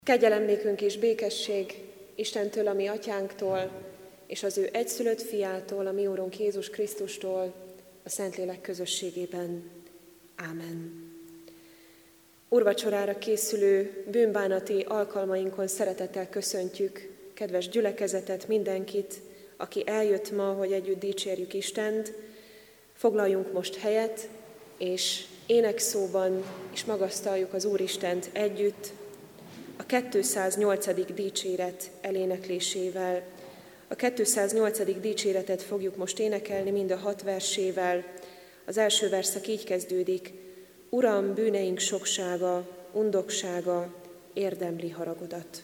Kegyelem nékünk és békesség Istentől, a mi atyánktól, és az ő egyszülött fiától, a mi Úrunk Jézus Krisztustól, a Szentlélek közösségében. Ámen. Úrvacsorára készülő bűnbánati alkalmainkon szeretettel köszöntjük kedves gyülekezetet, mindenkit, aki eljött ma, hogy együtt dicsérjük Istent. Foglaljunk most helyet, és énekszóban is magasztaljuk az Úristent együtt, a 208. dicséret eléneklésével. A 208. dicséretet fogjuk most énekelni mind a 6 versével. Az első verszak így kezdődik: Uram, bűneink soksága, undoksága érdemli haragodat.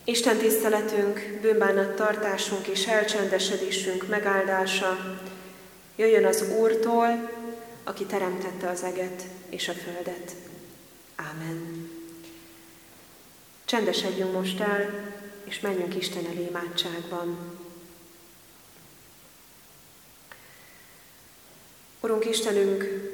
Isten tiszteletünk, bűnbánattartásunk és elcsendesedésünk megáldása jöjjön az Úrtól, aki teremtette az eget és a földet. Ámen. Csendesedjünk most el, és menjünk Isten elé imádságban. Urunk Istenünk,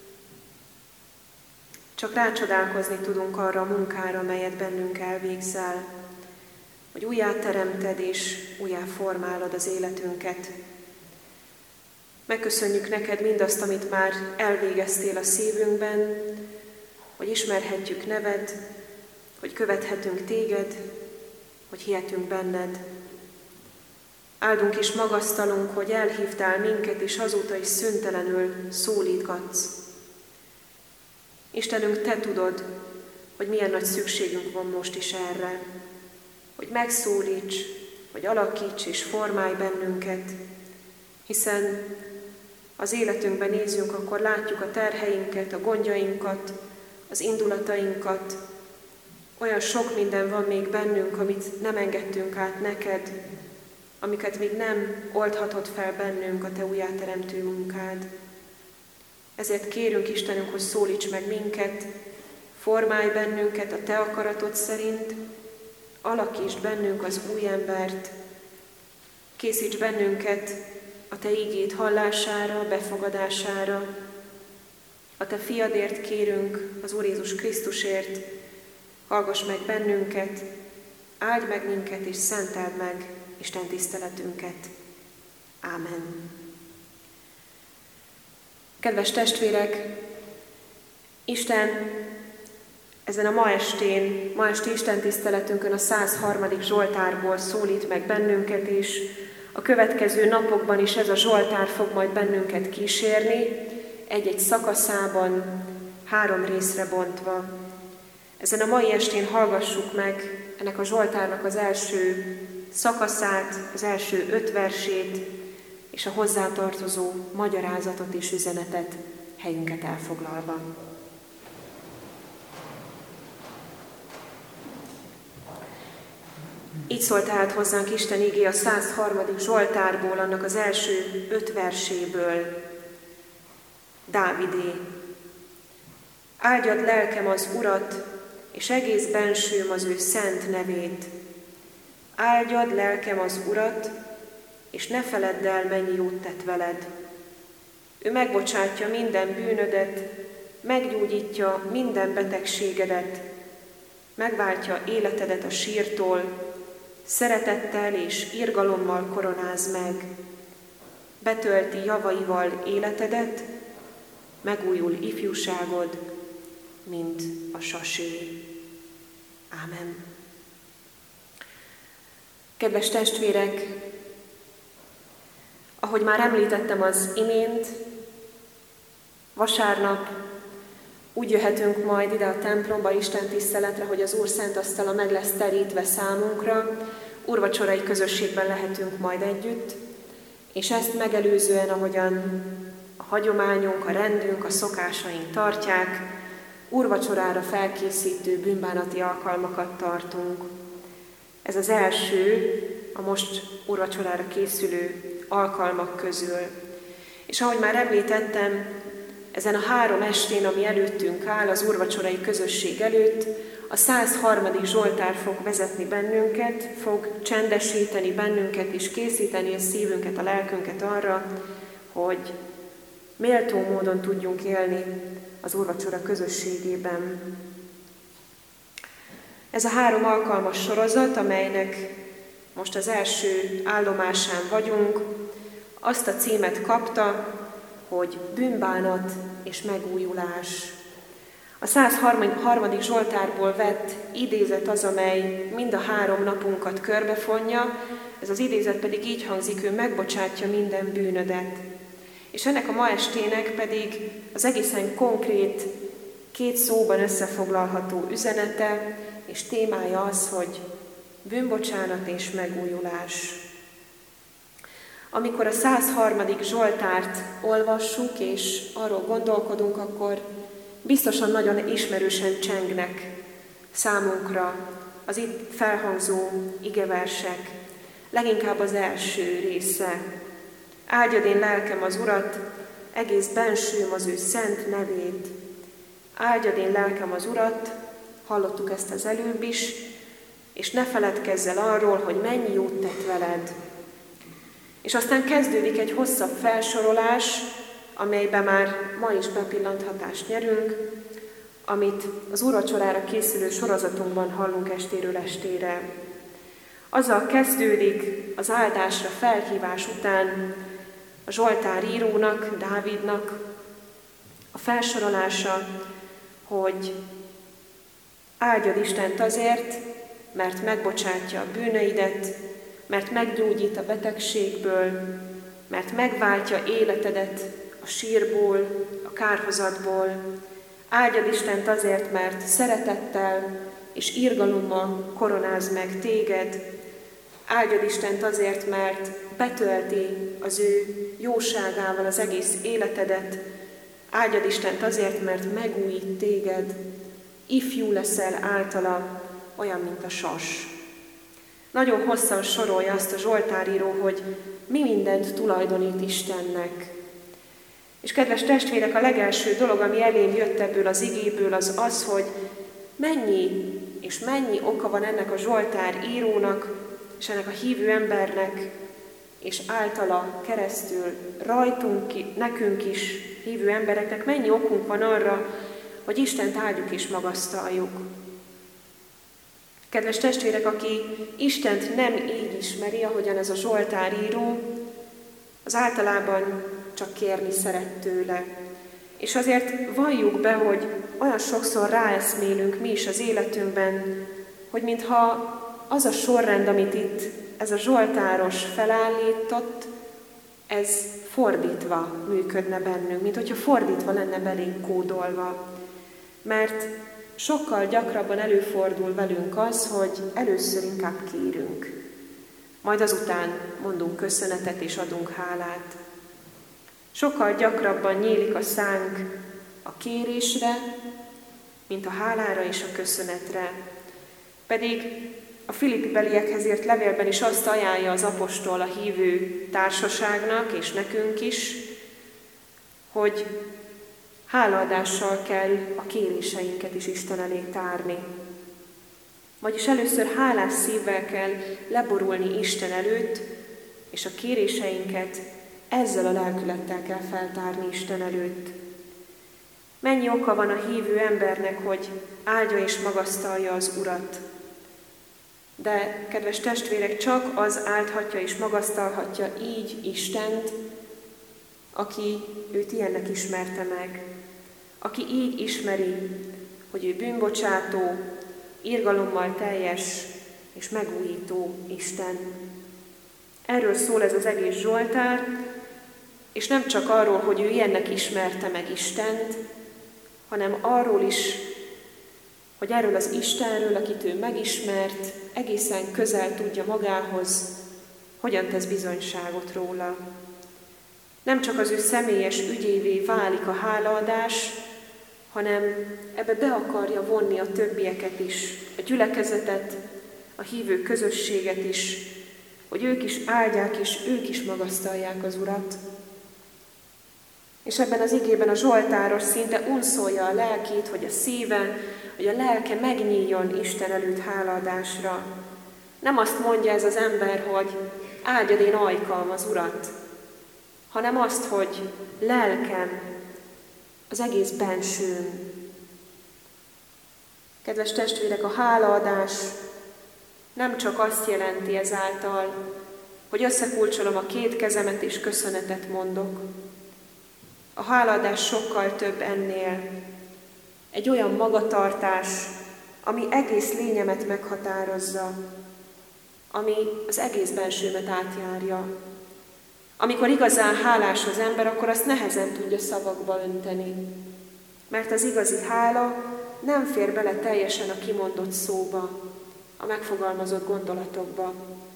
csak rácsodálkozni tudunk arra a munkára, melyet bennünk elvégzel, hogy újjáteremted és újjáformálod az életünket. Megköszönjük neked mindazt, amit már elvégeztél a szívünkben, hogy ismerhetjük neved, hogy követhetünk téged, hogy hihetünk benned. Áldunk és magasztalunk, hogy elhívtál minket, és azóta is szüntelenül szólítgatsz. Istenünk, te tudod, hogy milyen nagy szükségünk van most is erre, hogy megszólíts, hogy alakíts és formálj bennünket, hiszen az életünkben nézzünk, akkor látjuk a terheinket, a gondjainkat, az indulatainkat. Olyan sok minden van még bennünk, amit nem engedtünk át neked, amiket még nem oldhatod fel bennünk a te újjáteremtő munkád. Ezért kérünk Istenünk, hogy szólíts meg minket, formálj bennünket a te akaratod szerint, alakítsd bennünk az új embert, készíts bennünket a te ígéd hallására, befogadására. A te fiadért kérünk, az Úr Jézus Krisztusért, hallgass meg bennünket, áld meg minket és szenteld meg Isten tiszteletünket. Ámen. Kedves testvérek, Isten ezen a ma esti Isten tiszteletünkön a 103. Zsoltárból szólít meg bennünket, és a következő napokban is ez a Zsoltár fog majd bennünket kísérni, egy-egy szakaszában, 3 részre bontva. Ezen a mai estén hallgassuk meg ennek a Zsoltárnak az első szakaszát, az első 5 versét, és a hozzátartozó magyarázatot és üzenetet helyünket elfoglalva. Így szólt tehát hozzánk Isten igé a 103. Zsoltárból, annak az első 5 verséből. Dávidé. Áldjad lelkem az Urat, és egész bensőm az ő szent nevét. Áldjad lelkem az Urat, és ne feledd el, mennyi jót tett veled. Ő megbocsátja minden bűnödet, meggyógyítja minden betegségedet, megváltja életedet a sírtól, szeretettel és irgalommal koronáz meg, betölti javaival életedet, megújul ifjúságod, mint a sasé. Ámen. Kedves testvérek, ahogy már említettem az imént, vasárnap úgy jöhetünk majd ide a templomba Isten tiszteletre, hogy az Úr szent asztala meg lesz terítve számunkra, úrvacsorai közösségben lehetünk majd együtt, és ezt megelőzően, ahogyan a hagyományunk, a rendünk, a szokásaink tartják, úrvacsorára felkészítő bűnbánati alkalmakat tartunk. Ez az első a most úrvacsorára készülő alkalmak közül. És ahogy már említettem, ezen a 3 estén, ami előttünk áll, az úrvacsorai közösség előtt, a 103. Zsoltár fog vezetni bennünket, fog csendesíteni bennünket és készíteni a szívünket, a lelkünket arra, hogy méltó módon tudjunk élni az úrvacsora közösségében. Ez a 3 alkalmas sorozat, amelynek most az első állomásán vagyunk, azt a címet kapta, hogy bűnbánat és megújulás. A 103. Zsoltárból vett idézet az, amely mind a 3 napunkat körbefonja, ez az idézet pedig így hangzik, ő megbocsátja minden bűnödet. És ennek a ma estének pedig az egészen konkrét, 2 szóban összefoglalható üzenete és témája az, hogy bűnbocsánat és megújulás. Amikor a 103. Zsoltárt olvassuk és arról gondolkodunk, akkor biztosan nagyon ismerősen csengnek számunkra az itt felhangzó igeversek, leginkább az első része. Áldjad én lelkem az Urat, egész bensőm az ő szent nevét. Áldjad én lelkem az Urat, hallottuk ezt az előbb is, és ne feledkezz el arról, hogy mennyi jót tett veled. És aztán kezdődik egy hosszabb felsorolás, amelyben már ma is bepillanthatást nyerünk, amit az úrvacsorára készülő sorozatunkban hallunk estéről estére. Azzal kezdődik az áldásra felhívás után a Zsoltár írónak, Dávidnak a felsorolása, hogy áldjad Istent azért, mert megbocsátja a bűneidet, mert meggyógyít a betegségből, mert megváltja életedet a sírból, a kárhozatból. Áldjad Istent azért, mert szeretettel és irgalommal koronáz meg téged. Áldjad Istent azért, mert betölti az ő jóságával az egész életedet. Áldjad Istent azért, mert megújít téged. Ifjú leszel általa, olyan, mint a sas. Nagyon hosszan sorolja azt a zsoltáríró, hogy mi mindent tulajdonít Istennek. És kedves testvérek, a legelső dolog, ami elém jött ebből az igéből, az az, hogy mennyi oka van ennek a zsoltár írónak, és ennek a hívő embernek, és általa keresztül rajtunk, nekünk is, hívő embereknek, mennyi okunk van arra, hogy Istent áldjuk és magasztaljuk. Kedves testvérek, aki Istent nem így ismeri, ahogyan ez a zsoltár író, az általában csak kérni szeret tőle. És azért valljuk be, hogy olyan sokszor ráeszmélünk mi is az életünkben, hogy mintha az a sorrend, amit itt ez a zsoltáros felállított, ez fordítva működne bennünk, mint hogyha fordítva lenne belénk kódolva. Mert sokkal gyakrabban előfordul velünk az, hogy először inkább kérünk. Majd azután mondunk köszönetet és adunk hálát. Sokkal gyakrabban nyílik a szánk a kérésre, mint a hálára és a köszönetre. Pedig a Filippi-beliekhez írt levélben is azt ajánlja az apostol a hívő társaságnak, és nekünk is, hogy hálaadással kell a kéréseinket is Isten elé tárni. Vagyis először hálás szívvel kell leborulni Isten előtt, és a kéréseinket ezzel a lelkülettel kell feltárni Isten előtt. Mennyi oka van a hívő embernek, hogy áldja és magasztalja az Urat. De, kedves testvérek, csak az áldhatja és magasztalhatja így Istent, aki őt ilyennek ismerte meg. Aki így ismeri, hogy ő bűnbocsátó, irgalommal teljes és megújító Isten. Erről szól ez az egész zsoltár, és nem csak arról, hogy ő ilyennek ismerte meg Istent, hanem arról is, hogy erről az Istenről, akit ő megismert, egészen közel tudja magához, hogyan tesz bizonyságot róla. Nem csak az ő személyes ügyévé válik a hálaadás, hanem ebbe be akarja vonni a többieket is, a gyülekezetet, a hívő közösséget is, hogy ők is áldják és ők is magasztalják az Urat. És ebben az igében a zsoltáros szinte unszolja a lelkét, hogy a szíve, hogy a lelke megnyíljon Isten előtt hálaadásra. Nem azt mondja ez az ember, hogy áldjad én ajkam az Urat, hanem azt, hogy lelkem, az egész bensőm. Kedves testvérek, a hálaadás nem csak azt jelenti ezáltal, hogy összekulcsolom a két kezemet és köszönetet mondok. A hálaadás sokkal több ennél. Egy olyan magatartás, ami egész lényemet meghatározza, ami az egész bensőmet átjárja. Amikor igazán hálás az ember, akkor azt nehezen tudja szavakba önteni. Mert az igazi hála nem fér bele teljesen a kimondott szóba, a megfogalmazott gondolatokba.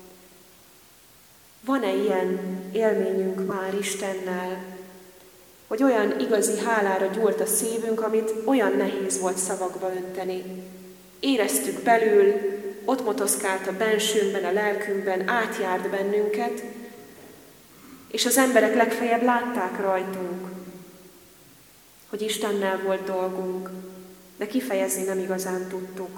Van-e ilyen élményünk már Istennel, hogy olyan igazi hálára gyúlt a szívünk, amit olyan nehéz volt szavakba önteni? Éreztük belül, ott motoszkált a bensőnkben, a lelkünkben, átjárt bennünket, és az emberek legfeljebb látták rajtunk, hogy Istennel volt dolgunk, de kifejezni nem igazán tudtuk.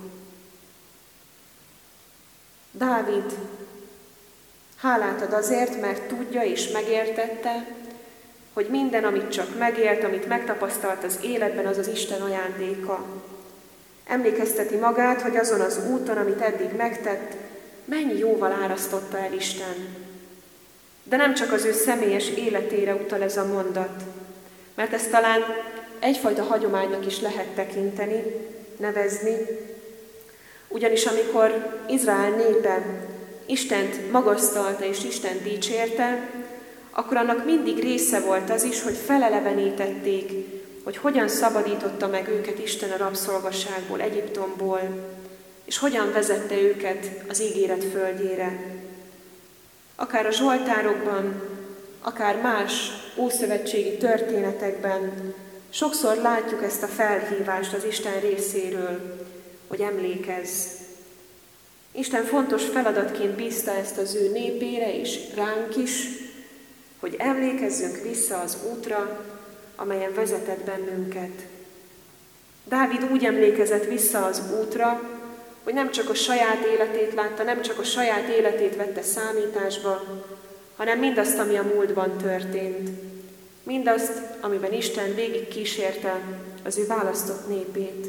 Dávid hálát ad azért, mert tudja és megértette, hogy minden, amit csak megélt, amit megtapasztalt az életben, az az Isten ajándéka. Emlékezteti magát, hogy azon az úton, amit eddig megtett, mennyi jóval árasztotta el Isten. De nem csak az ő személyes életére utal ez a mondat, mert ezt talán egyfajta hagyománynak is lehet tekinteni, nevezni, ugyanis amikor Izrael népe Istent magasztalta és Istent dicsérte, akkor annak mindig része volt az is, hogy felelevenítették, hogy hogyan szabadította meg őket Isten a rabszolgaságból, Egyiptomból, és hogyan vezette őket az ígéret földjére. Akár a zsoltárokban, akár más ószövetségi történetekben sokszor látjuk ezt a felhívást az Isten részéről, hogy emlékezz. Isten fontos feladatként bízta ezt az ő népére és ránk is, hogy emlékezzünk vissza az útra, amelyen vezetett bennünket. Dávid úgy emlékezett vissza az útra, hogy nem csak a saját életét látta, nem csak a saját életét vette számításba, hanem mindazt, ami a múltban történt. Mindazt, amiben Isten végig kísérte az ő választott népét.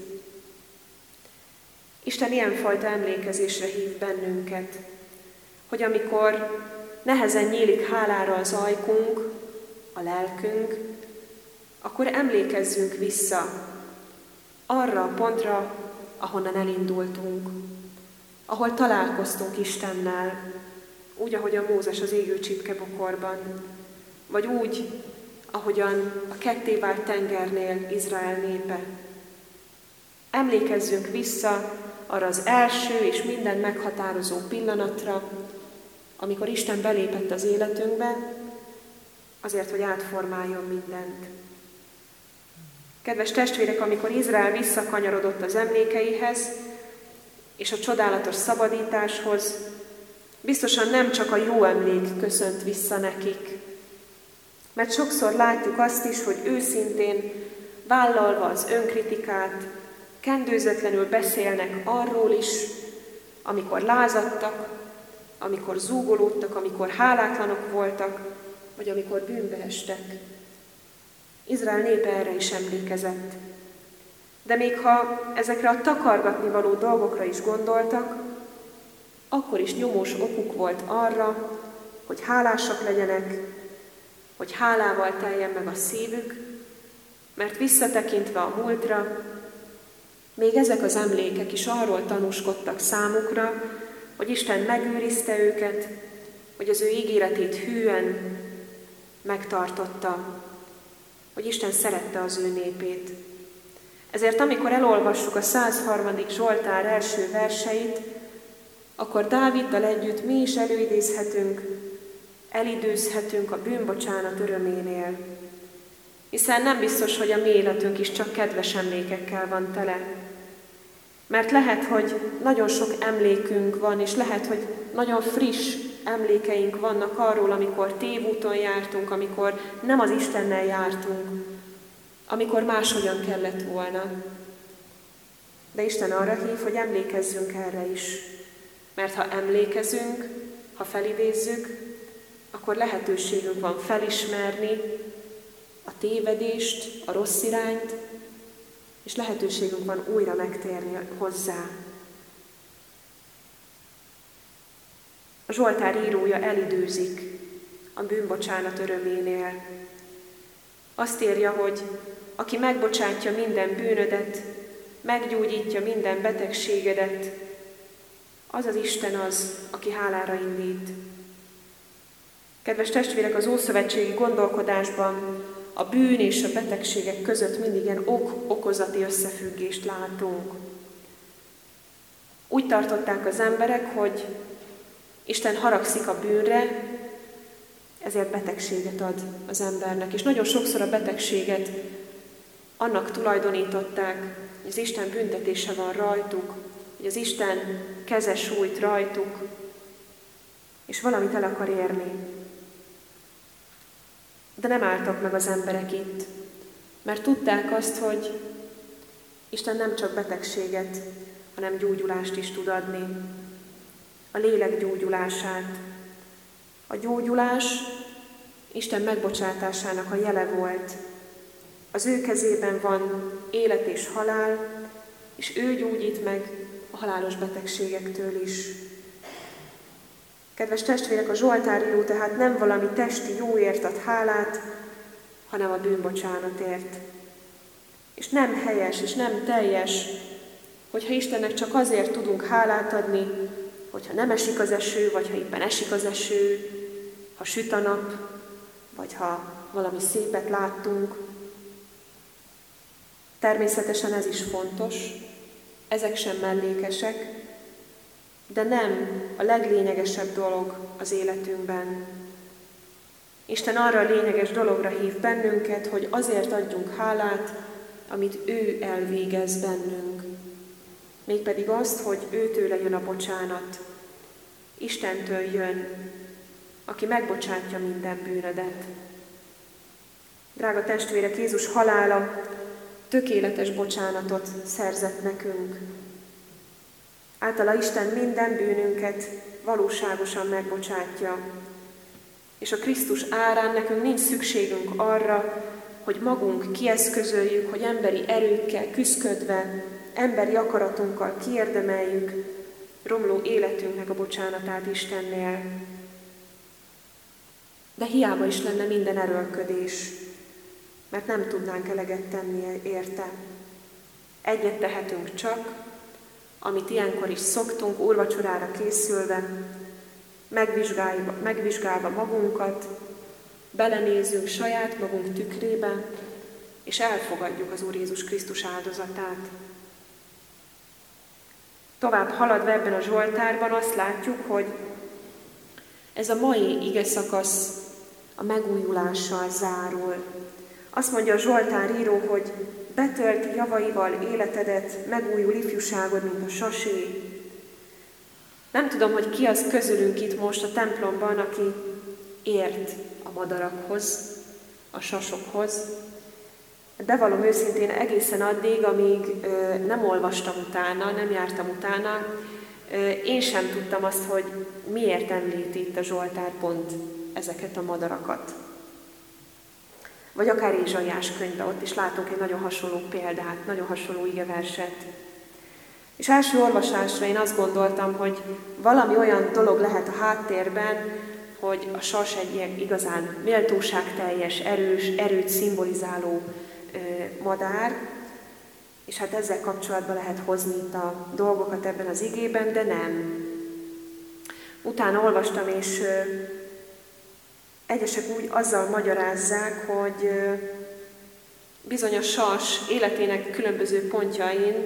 Isten ilyenfajta emlékezésre hív bennünket, hogy amikor nehezen nyílik hálára az ajkunk, a lelkünk, akkor emlékezzünk vissza arra a pontra, ahonnan elindultunk, ahol találkoztunk Istennel, úgy, ahogy a Mózes az égő csipkebokorban, vagy úgy, ahogyan a kettévált tengernél Izrael népe. Emlékezzünk vissza arra az első és minden meghatározó pillanatra, amikor Isten belépett az életünkbe, azért, hogy átformáljon mindent. Kedves testvérek, amikor Izrael visszakanyarodott az emlékeihez és a csodálatos szabadításhoz, biztosan nem csak a jó emlék köszönt vissza nekik, mert sokszor látjuk azt is, hogy őszintén, vállalva az önkritikát, kendőzetlenül beszélnek arról is, amikor lázadtak, amikor zúgolódtak, amikor hálátlanok voltak, vagy amikor bűnbe estek. Izrael népe erre is emlékezett. De még ha ezekre a takargatni való dolgokra is gondoltak, akkor is nyomós okuk volt arra, hogy hálásak legyenek, hogy hálával teljen meg a szívük, mert visszatekintve a múltra, még ezek az emlékek is arról tanúskodtak számukra, hogy Isten megőrizte őket, hogy az ő ígéretét hűen megtartotta, hogy Isten szerette az ő népét. Ezért amikor elolvassuk a 103. Zsoltár első verseit, akkor Dáviddal együtt mi is elidőzhetünk a bűnbocsánat öröménél. Hiszen nem biztos, hogy a mi életünk is csak kedves emlékekkel van tele. Mert lehet, hogy nagyon sok emlékünk van, és lehet, hogy nagyon friss emlékeink vannak arról, amikor tévúton jártunk, amikor nem az Istennel jártunk, amikor máshogyan kellett volna. De Isten arra hív, hogy emlékezzünk erre is. Mert ha emlékezünk, ha felidézzük, akkor lehetőségünk van felismerni a tévedést, a rossz irányt, és lehetőségünk van újra megtérni hozzá. A Zsoltár írója elidőzik a bűnbocsánat öröménél. Azt írja, hogy aki megbocsátja minden bűnödet, meggyógyítja minden betegségedet, az az Isten az, aki hálára indít. Kedves testvérek, az ószövetségi gondolkodásban a bűn és a betegségek között mindig ilyen ok-okozati összefüggést látunk. Úgy tartották az emberek, hogy Isten haragszik a bűnre, ezért betegséget ad az embernek. És nagyon sokszor a betegséget annak tulajdonították, hogy az Isten büntetése van rajtuk, hogy hogy az Isten keze sújt rajtuk, és valamit el akar érni. De nem álltak meg az emberek itt, mert tudták azt, hogy Isten nem csak betegséget, hanem gyógyulást is tud adni. A lélek gyógyulását. A gyógyulás Isten megbocsátásának a jele volt. Az ő kezében van élet és halál, és ő gyógyít meg a halálos betegségektől is. Kedves testvérek, a Zsoltáríró tehát nem valami testi jóért ad hálát, hanem a bűnbocsánatért. És nem helyes, és nem teljes, hogyha Istennek csak azért tudunk hálát adni, hogyha nem esik az eső, vagy ha éppen esik az eső, ha süt a nap, vagy ha valami szépet láttunk. Természetesen ez is fontos, ezek sem mellékesek, de nem a leglényegesebb dolog az életünkben. Isten arra a lényeges dologra hív bennünket, hogy azért adjunk hálát, amit ő elvégez bennünk. Mégpedig azt, hogy őtőle jön a bocsánat. Istentől jön, aki megbocsátja minden bűnödet. Drága testvérek, Jézus halála tökéletes bocsánatot szerzett nekünk. Általa Isten minden bűnünket valóságosan megbocsátja. És a Krisztus árán nekünk nincs szükségünk arra, hogy magunk kieszközöljük, hogy emberi erőkkel küszködve, emberi akaratunkkal kiérdemeljük romló életünknek a bocsánatát Istennél. De hiába is lenne minden erőlködés, mert nem tudnánk eleget tenni érte. Egyet tehetünk csak, amit ilyenkor is szoktunk, úrvacsorára készülve, megvizsgálva magunkat, belenézünk saját magunk tükrébe, és elfogadjuk az Úr Jézus Krisztus áldozatát. Tovább haladva ebben a Zsoltárban azt látjuk, hogy ez a mai igeszakasz a megújulással zárul. Azt mondja a Zsoltár író, hogy betölt javaival életedet, megújul ifjúságod, mint a sasé. Nem tudom, hogy ki az közülünk itt most a templomban, aki ért a madarakhoz, a sasokhoz. Bevallom őszintén, egészen addig, amíg nem olvastam utána, nem jártam utána, én sem tudtam azt, hogy miért említi itt a Zsoltár pont ezeket a madarakat. Vagy akár Ézsaiás könyvben, ott is látunk egy nagyon hasonló példát, nagyon hasonló igeverset. És első olvasásra én azt gondoltam, hogy valami olyan dolog lehet a háttérben, hogy a sas egy ilyen igazán méltóságteljes, erős, erőt szimbolizáló madár, és hát ezzel kapcsolatban lehet hozni itt a dolgokat ebben az igében, de nem. Utána olvastam, és egyesek úgy azzal magyarázzák, hogy bizony a sas életének különböző pontjain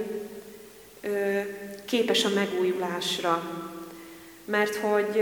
képes a megújulásra. Mert hogy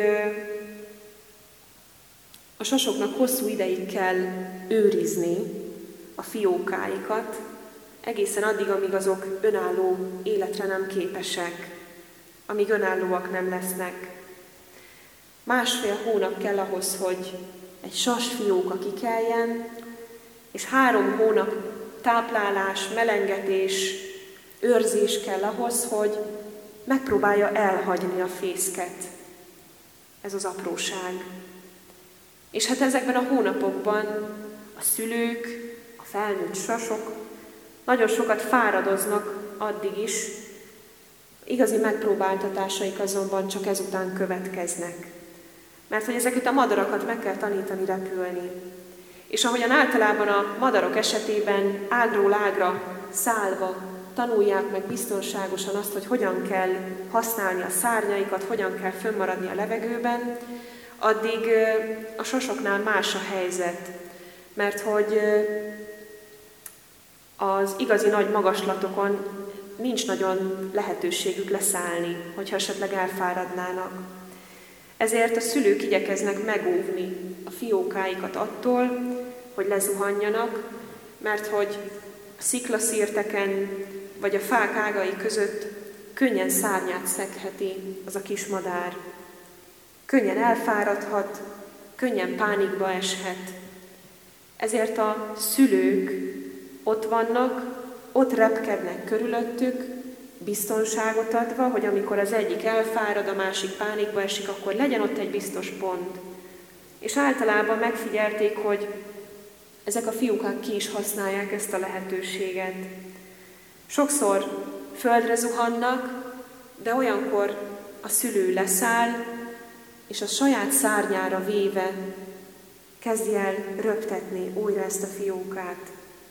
a sasoknak hosszú ideig kell őrizni a fiókáikat, egészen addig, amíg azok önálló életre nem képesek, amíg önállóak nem lesznek. 1,5 hónap kell ahhoz, hogy egy sasfióka kikeljen, és 3 hónap táplálás, melengetés, őrzés kell ahhoz, hogy megpróbálja elhagyni a fészket. Ez az apróság. És hát ezekben a hónapokban a szülők, a felnőtt sasok nagyon sokat fáradoznak addig is, igazi megpróbáltatásaik azonban csak ezután következnek. Mert hogy ezeket a madarakat meg kell tanítani repülni. És ahogyan általában a madarak esetében ágról ágra szállva tanulják meg biztonságosan azt, hogy hogyan kell használni a szárnyaikat, hogyan kell fönnmaradni a levegőben, addig a sasoknál más a helyzet. Mert hogy az igazi nagy magaslatokon nincs nagyon lehetőségük leszállni, hogyha esetleg elfáradnának. Ezért a szülők igyekeznek megóvni a fiókáikat attól, hogy lezuhanjanak, mert hogy a sziklaszírteken vagy a fák ágai között könnyen szárnyát szegheti az a kis madár. Könnyen elfáradhat, könnyen pánikba eshet. Ezért a szülők ott vannak, ott repkednek körülöttük, biztonságot adva, hogy amikor az egyik elfárad, a másik pánikba esik, akkor legyen ott egy biztos pont. És általában megfigyelték, hogy ezek a fiúkák ki is használják ezt a lehetőséget. Sokszor földre zuhannak, de olyankor a szülő leszáll, és a saját szárnyára véve kezdi el röptetni újra ezt a fiókát.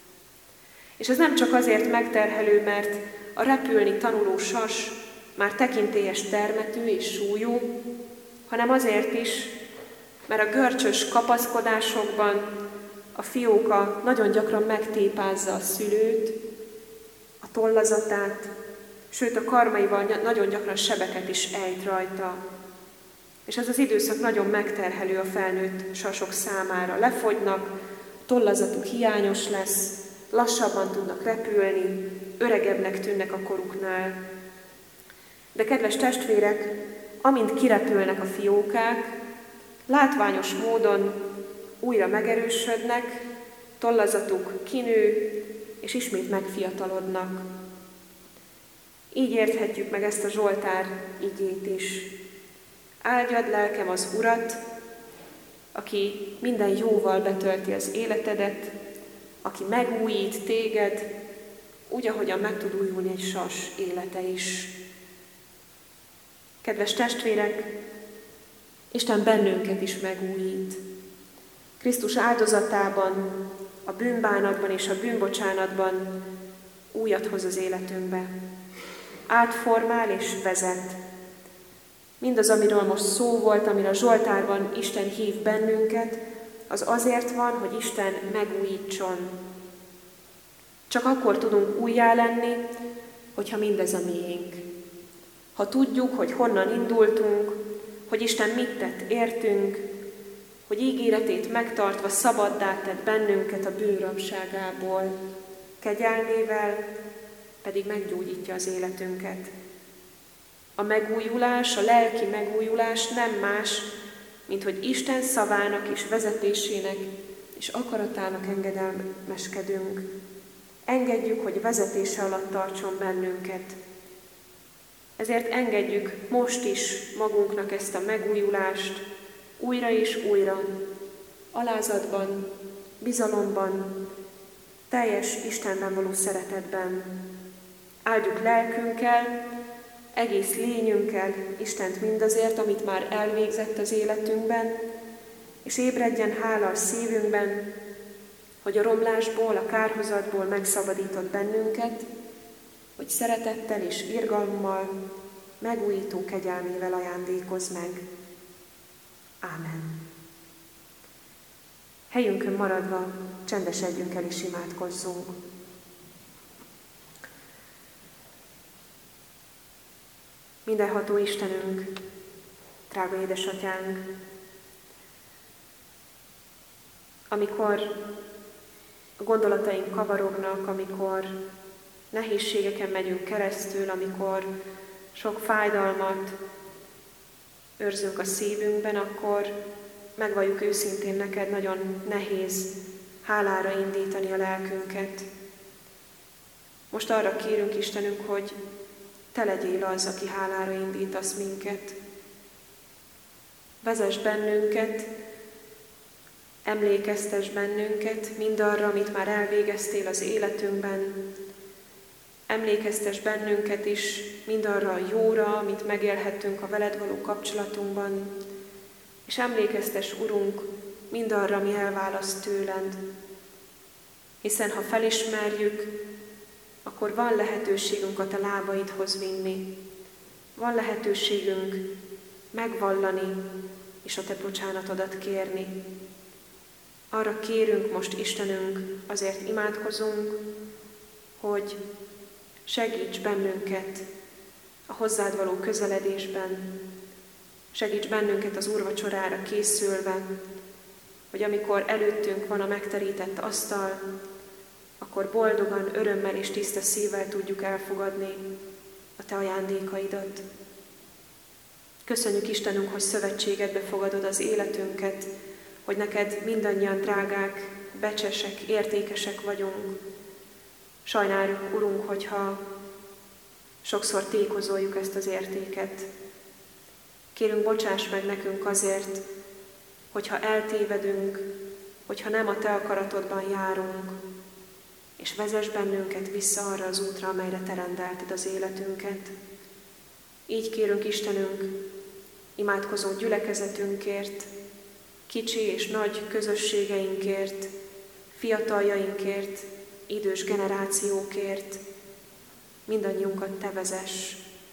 És ez nem csak azért megterhelő, mert a repülni tanuló sas már tekintélyes termetű és súlyú, hanem azért is, mert a görcsös kapaszkodásokban a fióka nagyon gyakran megtépázza a szülőt, a tollazatát, sőt a karmaival nagyon gyakran sebeket is ejt rajta. És ez az időszak nagyon megterhelő a felnőtt sasok számára. Lefogynak, tollazatuk hiányos lesz, lassabban tudnak repülni, öregebbnek tűnnek a koruknál. De kedves testvérek, amint kirepülnek a fiókák, látványos módon újra megerősödnek, tollazatuk kinő, és ismét megfiatalodnak. Így érthetjük meg ezt a Zsoltár igét is. Áldjad lelkem az Urat, aki minden jóval betölti az életedet, aki megújít téged, úgy, ahogyan meg tud újulni egy sas élete is. Kedves testvérek, Isten bennünket is megújít. Krisztus áldozatában, a bűnbánatban és a bűnbocsánatban újat hoz az életünkbe. Átformál és vezet. Mindaz, amiről most szó volt, amire a Zsoltárban Isten hív bennünket, az azért van, hogy Isten megújítson. Csak akkor tudunk újjá lenni, hogyha mindez a miénk. Ha tudjuk, hogy honnan indultunk, hogy Isten mit tett értünk, hogy ígéretét megtartva szabaddá tett bennünket a bűnrabságából, kegyelmével pedig meggyógyítja az életünket. A megújulás, a lelki megújulás nem más, mint hogy Isten szavának és vezetésének és akaratának engedelmeskedünk. Engedjük, hogy vezetése alatt tartson bennünket. Ezért engedjük most is magunknak ezt a megújulást, újra és újra, alázatban, bizalomban, teljes Istenben való szeretetben. Áldjuk lelkünkkel, egész lényünkkel Istent mindazért, amit már elvégzett az életünkben, és ébredjen hála a szívünkben, hogy a romlásból, a kárhozatból megszabadított bennünket, hogy szeretettel és irgalommal, megújító kegyelmével ajándékozz meg. Ámen. Helyünkön maradva csendesedjünk el és imádkozzunk. Mindenható Istenünk, drága édesatyánk, amikor a gondolataink kavarognak, amikor nehézségeken megyünk keresztül, amikor sok fájdalmat őrzünk a szívünkben, akkor megvalljuk őszintén neked, nagyon nehéz hálára indítani a lelkünket. Most arra kérünk, Istenünk, hogy te legyél az, aki hálára indítasz minket. Vezess bennünket, emlékeztess bennünket mindarra, amit már elvégeztél az életünkben. Emlékeztess bennünket is mindarra a jóra, amit megélhettünk a veled való kapcsolatunkban, és emlékeztess, Urunk, mindarra, ami elválaszt tőled. Hiszen ha felismerjük, akkor van lehetőségünk a te lábaidhoz vinni. Van lehetőségünk megvallani, és a te bocsánatodat kérni. Arra kérünk most, Istenünk, azért imádkozunk, hogy segíts bennünket a hozzád való közeledésben, segíts bennünket az úrvacsorára készülve, hogy amikor előttünk van a megterített asztal, akkor boldogan, örömmel és tiszta szívvel tudjuk elfogadni a Te ajándékaidat. Köszönjük Istenünk, hogy szövetségedbe fogadod az életünket, hogy neked mindannyian drágák, becsesek, értékesek vagyunk. Sajnáljuk, Urunk, hogyha sokszor tékozoljuk ezt az értéket. Kérünk, bocsáss meg nekünk azért, hogyha eltévedünk, hogyha nem a Te akaratodban járunk, és vezess bennünket vissza arra az útra, amelyre Te rendelted az életünket. Így kérünk, Istenünk, imádkozó gyülekezetünkért, kicsi és nagy közösségeinkért, fiataljainkért, idős generációkért, mindannyiunkat Te vezess.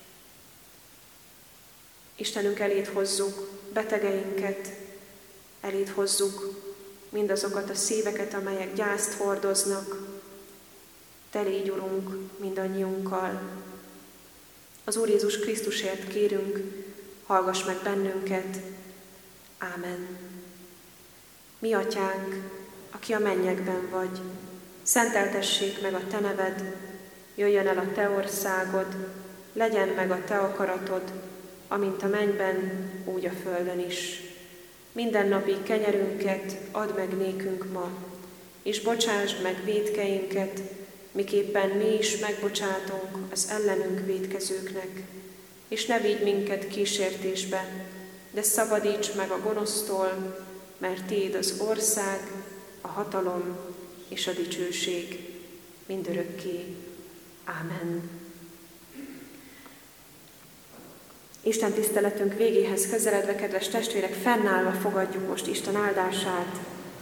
Istenünk, eléd hozzuk betegeinket, eléd hozzuk mindazokat a szíveket, amelyek gyászt hordoznak. Te légy, Urunk, mindannyiunkkal. Az Úr Jézus Krisztusért kérünk, hallgass meg bennünket. Ámen. Mi Atyánk, aki a mennyekben vagy, szenteltessék meg a Te neved, jöjjön el a Te országod, legyen meg a Te akaratod, amint a mennyben, úgy a földön is. Mindennapi kenyerünket add meg nékünk ma, és bocsásd meg vétkeinket, miképpen mi is megbocsátunk az ellenünk vétkezőknek. És ne vigy minket kísértésbe, de szabadíts meg a gonosztól, mert Tiéd az ország, a hatalom és a dicsőség mindörökké. Ámen. Isten tiszteletünk végéhez közeledve, kedves testvérek, fennállva fogadjuk most Isten áldását.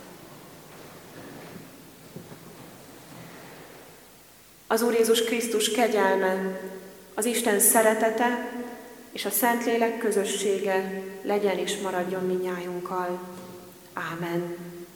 Az Úr Jézus Krisztus kegyelme, az Isten szeretete és a Szentlélek közössége legyen és maradjon mindnyájunkkal. Ámen.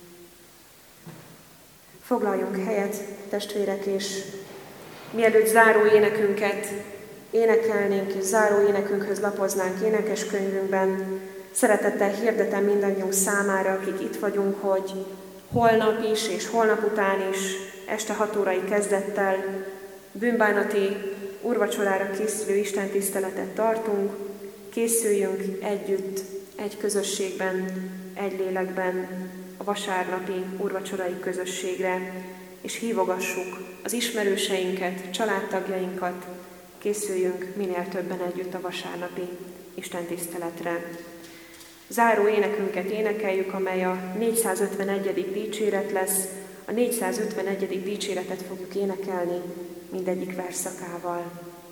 Foglaljunk helyet, testvérek, és mielőtt záró énekünket énekelnénk, és záró énekünkhöz lapoznánk énekeskönyvünkben, szeretettel hirdetem mindannyiunk számára, akik itt vagyunk, hogy holnap is és holnap után is este 6 órai kezdettel bűnbánati úrvacsorára készülő istentiszteletet tartunk. Készüljünk együtt, egy közösségben, egy lélekben a vasárnapi úrvacsorai közösségre, és hívogassuk az ismerőseinket, családtagjainkat, készüljünk minél többen együtt a vasárnapi istentiszteletre. Záró énekünket énekeljük, amely a 451. dicséret lesz. A 451. dicséretet fogjuk énekelni mindegyik versszakával.